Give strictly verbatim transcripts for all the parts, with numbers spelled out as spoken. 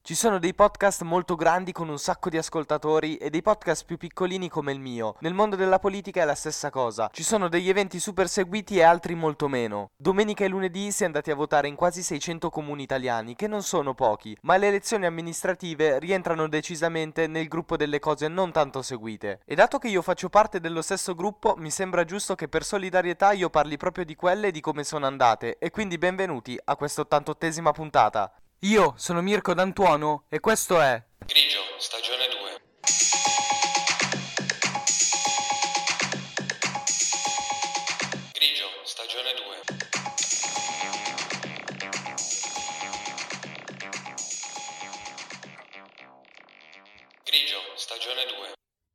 Ci sono dei podcast molto grandi con un sacco di ascoltatori e dei podcast più piccolini come il mio. Nel mondo della politica è la stessa cosa. Ci sono degli eventi super seguiti e altri molto meno. Domenica e lunedì si è andati a votare in quasi seicento comuni italiani, che non sono pochi, ma le elezioni amministrative rientrano decisamente nel gruppo delle cose non tanto seguite. E dato che io faccio parte dello stesso gruppo, mi sembra giusto che per solidarietà io parli proprio di quelle e di come sono andate, e quindi benvenuti a questa ottantottesima puntata. Io sono Mirko D'Antuono e questo è Grigio, stagione due. Grigio, stagione due. Grigio, stagione due.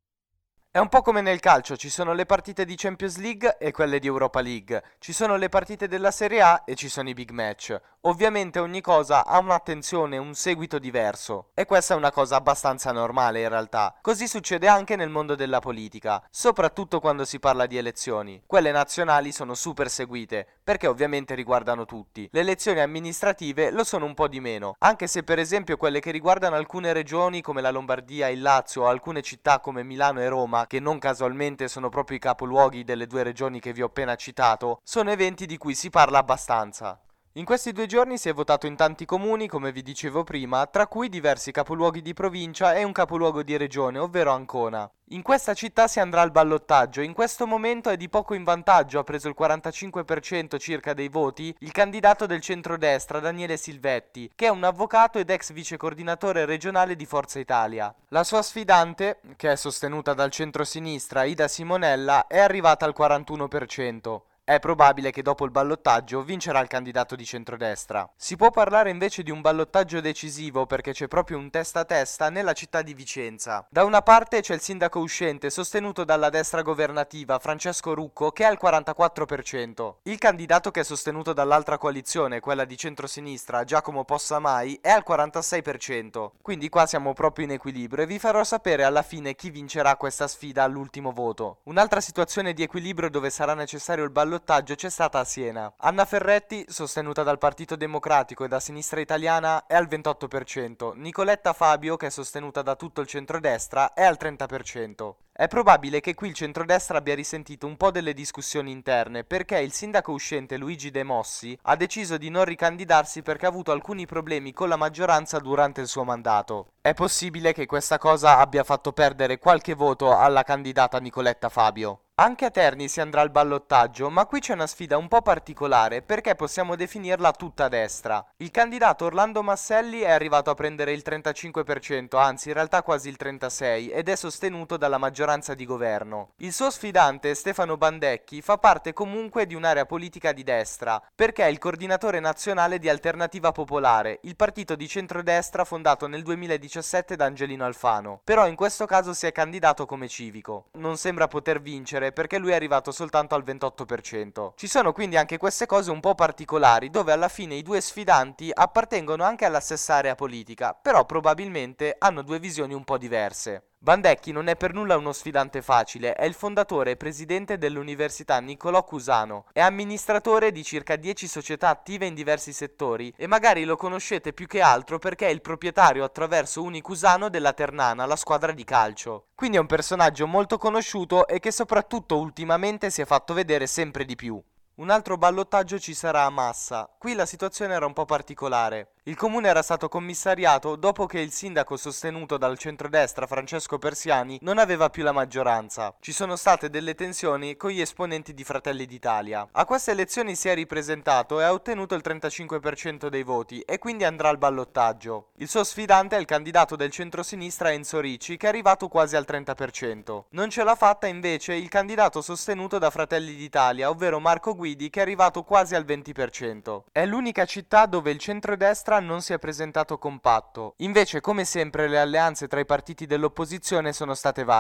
È un po' come nel calcio, ci sono le partite di Champions League e quelle di Europa League, ci sono le partite della Serie A e ci sono i big match. Ovviamente ogni cosa ha un'attenzione, un seguito diverso, e questa è una cosa abbastanza normale in realtà. Così succede anche nel mondo della politica, soprattutto quando si parla di elezioni. Quelle nazionali sono super seguite, perché ovviamente riguardano tutti. Le elezioni amministrative lo sono un po' di meno, anche se per esempio quelle che riguardano alcune regioni come la Lombardia, il Lazio o alcune città come Milano e Roma, che non casualmente sono proprio i capoluoghi delle due regioni che vi ho appena citato, sono eventi di cui si parla abbastanza. In questi due giorni si è votato in tanti comuni, come vi dicevo prima, tra cui diversi capoluoghi di provincia e un capoluogo di regione, ovvero Ancona. In questa città si andrà al ballottaggio, in questo momento è di poco in vantaggio, ha preso il quarantacinque per cento circa dei voti, il candidato del centrodestra Daniele Silvetti, che è un avvocato ed ex vice coordinatore regionale di Forza Italia. La sua sfidante, che è sostenuta dal centrosinistra Ida Simonella, è arrivata al quarantuno per cento. È probabile che dopo il ballottaggio vincerà il candidato di centrodestra. Si può parlare invece di un ballottaggio decisivo perché c'è proprio un testa a testa nella città di Vicenza. Da una parte c'è il sindaco uscente sostenuto dalla destra governativa Francesco Rucco che ha il quarantaquattro per cento. Il candidato che è sostenuto dall'altra coalizione, quella di centrosinistra, Giacomo Possamai, è al quarantasei per cento. Quindi qua siamo proprio in equilibrio e vi farò sapere alla fine chi vincerà questa sfida all'ultimo voto. Un'altra situazione di equilibrio dove sarà necessario il ballottaggio c'è stata a Siena. Anna Ferretti, sostenuta dal Partito Democratico e da Sinistra Italiana, è al ventotto per cento. Nicoletta Fabio, che è sostenuta da tutto il centrodestra, è al trenta per cento. È probabile che qui il centrodestra abbia risentito un po' delle discussioni interne perché il sindaco uscente Luigi De Mossi ha deciso di non ricandidarsi perché ha avuto alcuni problemi con la maggioranza durante il suo mandato. È possibile che questa cosa abbia fatto perdere qualche voto alla candidata Nicoletta Fabio. Anche a Terni si andrà al ballottaggio, ma qui c'è una sfida un po' particolare perché possiamo definirla tutta a destra. Il candidato Orlando Masselli è arrivato a prendere il trentacinque per cento, anzi in realtà quasi il trentasei per cento, ed è sostenuto dalla maggioranza di governo. Il suo sfidante Stefano Bandecchi fa parte comunque di un'area politica di destra, perché è il coordinatore nazionale di Alternativa Popolare, il partito di centrodestra fondato nel duemiladiciassette da Angelino Alfano. Però in questo caso si è candidato come civico. Non sembra poter vincere perché lui è arrivato soltanto al ventotto per cento. Ci sono quindi anche queste cose un po' particolari dove alla fine i due sfidanti appartengono anche alla stessa area politica, però probabilmente hanno due visioni un po' diverse. Bandecchi non è per nulla uno sfidante facile, è il fondatore e presidente dell'Università Niccolò Cusano, è amministratore di circa dieci società attive in diversi settori e magari lo conoscete più che altro perché è il proprietario attraverso Unicusano della Ternana, la squadra di calcio. Quindi è un personaggio molto conosciuto e che soprattutto ultimamente si è fatto vedere sempre di più. Un altro ballottaggio ci sarà a Massa. Qui la situazione era un po' particolare. Il comune era stato commissariato dopo che il sindaco sostenuto dal centrodestra Francesco Persiani non aveva più la maggioranza. Ci sono state delle tensioni con gli esponenti di Fratelli d'Italia. A queste elezioni si è ripresentato e ha ottenuto il trentacinque per cento dei voti e quindi andrà al ballottaggio. Il suo sfidante è il candidato del centrosinistra Enzo Ricci che è arrivato quasi al trenta per cento. Non ce l'ha fatta invece il candidato sostenuto da Fratelli d'Italia, ovvero Marco Guidi, che è arrivato quasi al venti per cento. È l'unica città dove il centrodestra non si è presentato compatto. Invece, come sempre, le alleanze tra i partiti dell'opposizione sono state varie.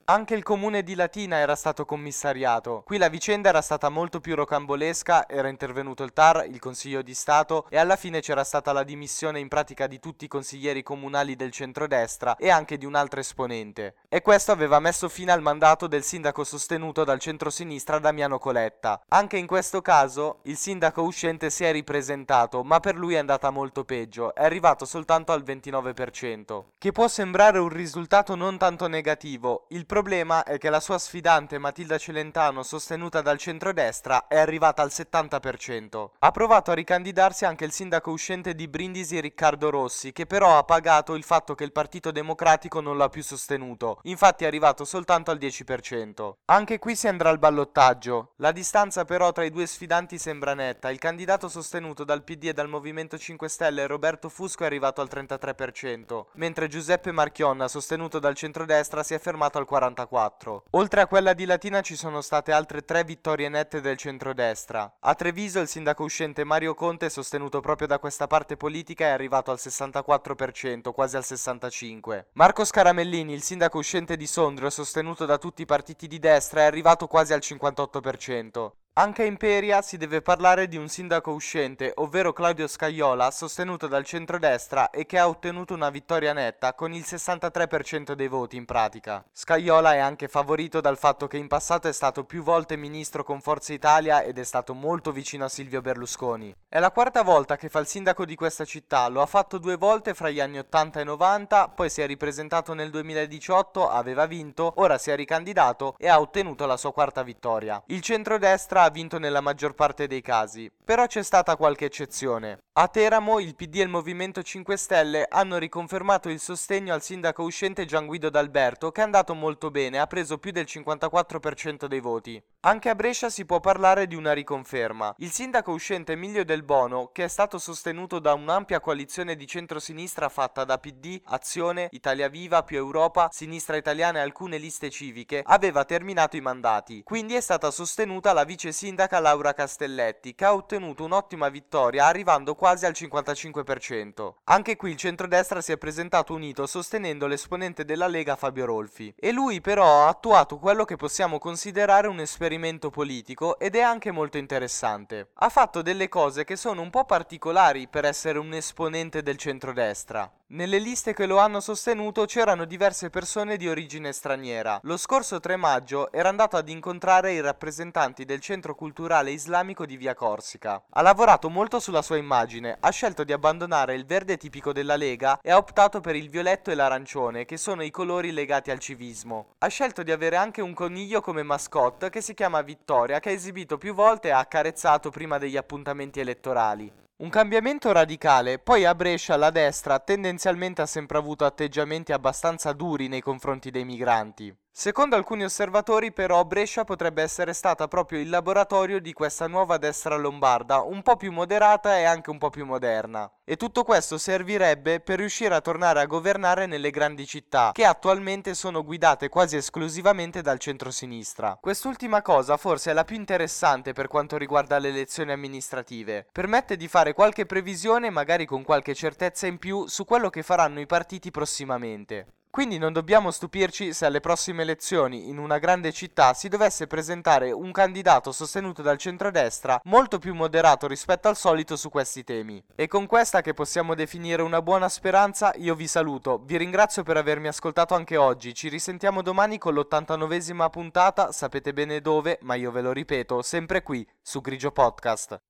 Anche il comune di Latina era stato commissariato. Qui la vicenda era stata molto più rocambolesca, era intervenuto il T A R, il Consiglio di Stato, e alla fine c'era stata la dimissione in pratica di tutti i consiglieri comunali del centrodestra e anche di un altro esponente. E questo aveva messo fine al mandato del sindaco sostenuto dal centrosinistra Damiano Coletta. Anche in questo caso il sindaco uscente si è ripresentato, ma per lui è andata molto peggio, è arrivato soltanto al ventinove per cento. Che può sembrare un risultato non tanto negativo, il problema è che la sua sfidante Matilda Celentano, sostenuta dal centrodestra, è arrivata al settanta per cento. Ha provato a ricandidarsi anche il sindaco uscente di Brindisi Riccardo Rossi, che però ha pagato il fatto che il Partito Democratico non l'ha più sostenuto, infatti è arrivato soltanto al dieci per cento. Anche qui si andrà al ballottaggio. La distanza però tra i due sfidanti sembra netta, il candidato sostenuto dal P D e dal Movimento cinque Stelle Roberto Fusco è arrivato al trentatré per cento, mentre Giuseppe Marchionna, sostenuto dal centrodestra, si è fermato al quarantaquattro per cento. Oltre a quella di Latina ci sono state altre tre vittorie nette del centrodestra. A Treviso il sindaco uscente Mario Conte, sostenuto proprio da questa parte politica, è arrivato al sessantaquattro per cento, quasi al sessantacinque per cento. Marco Scaramellini, il sindaco uscente di Sondrio, sostenuto da tutti i partiti di destra, è arrivato quasi al cinquantotto per cento. Anche a Imperia si deve parlare di un sindaco uscente, ovvero Claudio Scajola, sostenuto dal centrodestra e che ha ottenuto una vittoria netta con il sessantatré per cento dei voti in pratica. Scajola è anche favorito dal fatto che in passato è stato più volte ministro con Forza Italia ed è stato molto vicino a Silvio Berlusconi. È la quarta volta che fa il sindaco di questa città, lo ha fatto due volte fra gli anni ottanta e novanta, poi si è ripresentato nel duemiladiciotto, aveva vinto, ora si è ricandidato e ha ottenuto la sua quarta vittoria. Il centrodestra ha vinto nella maggior parte dei casi, però c'è stata qualche eccezione. A Teramo il P D e il Movimento cinque Stelle hanno riconfermato il sostegno al sindaco uscente Gianguido D'Alberto, che è andato molto bene, ha preso più del cinquantaquattro per cento dei voti. Anche a Brescia si può parlare di una riconferma. Il sindaco uscente Emilio Del Bono, che è stato sostenuto da un'ampia coalizione di centrosinistra fatta da P D, Azione, Italia Viva, Più Europa, Sinistra Italiana e alcune liste civiche, aveva terminato i mandati. Quindi è stata sostenuta la vice sindaca Laura Castelletti, che ha ottenuto un'ottima vittoria arrivando quasi al cinquantacinque per cento. Anche qui il centrodestra si è presentato unito sostenendo l'esponente della Lega Fabio Rolfi. E lui però ha attuato quello che possiamo considerare un esperimento politico ed è anche molto interessante. Ha fatto delle cose che sono un po' particolari per essere un esponente del centrodestra. Nelle liste che lo hanno sostenuto c'erano diverse persone di origine straniera. Lo scorso tre maggio era andato ad incontrare i rappresentanti del Centro Culturale Islamico di Via Corsica. Ha lavorato molto sulla sua immagine, ha scelto di abbandonare il verde tipico della Lega e ha optato per il violetto e l'arancione, che sono i colori legati al civismo. Ha scelto di avere anche un coniglio come mascotte che si chiama Vittoria, che ha esibito più volte e ha accarezzato prima degli appuntamenti elettorali. Un cambiamento radicale, poi a Brescia la destra tendenzialmente ha sempre avuto atteggiamenti abbastanza duri nei confronti dei migranti. Secondo alcuni osservatori però Brescia potrebbe essere stata proprio il laboratorio di questa nuova destra lombarda, un po' più moderata e anche un po' più moderna. E tutto questo servirebbe per riuscire a tornare a governare nelle grandi città, che attualmente sono guidate quasi esclusivamente dal centro-sinistra. Quest'ultima cosa forse è la più interessante per quanto riguarda le elezioni amministrative. Permette di fare qualche previsione, magari con qualche certezza in più, su quello che faranno i partiti prossimamente. Quindi non dobbiamo stupirci se alle prossime elezioni in una grande città si dovesse presentare un candidato sostenuto dal centrodestra molto più moderato rispetto al solito su questi temi. E con questa che possiamo definire una buona speranza io vi saluto, vi ringrazio per avermi ascoltato anche oggi, ci risentiamo domani con l'ottantanovesima puntata, sapete bene dove, ma io ve lo ripeto, sempre qui su Grigio Podcast.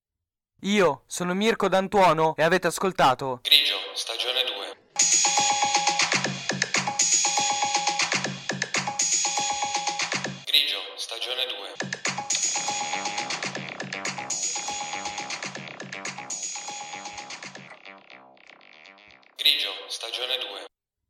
Io sono Mirko D'Antuono e avete ascoltato Grigio, stagione due. Grigio, stagione due. Grigio, stagione due.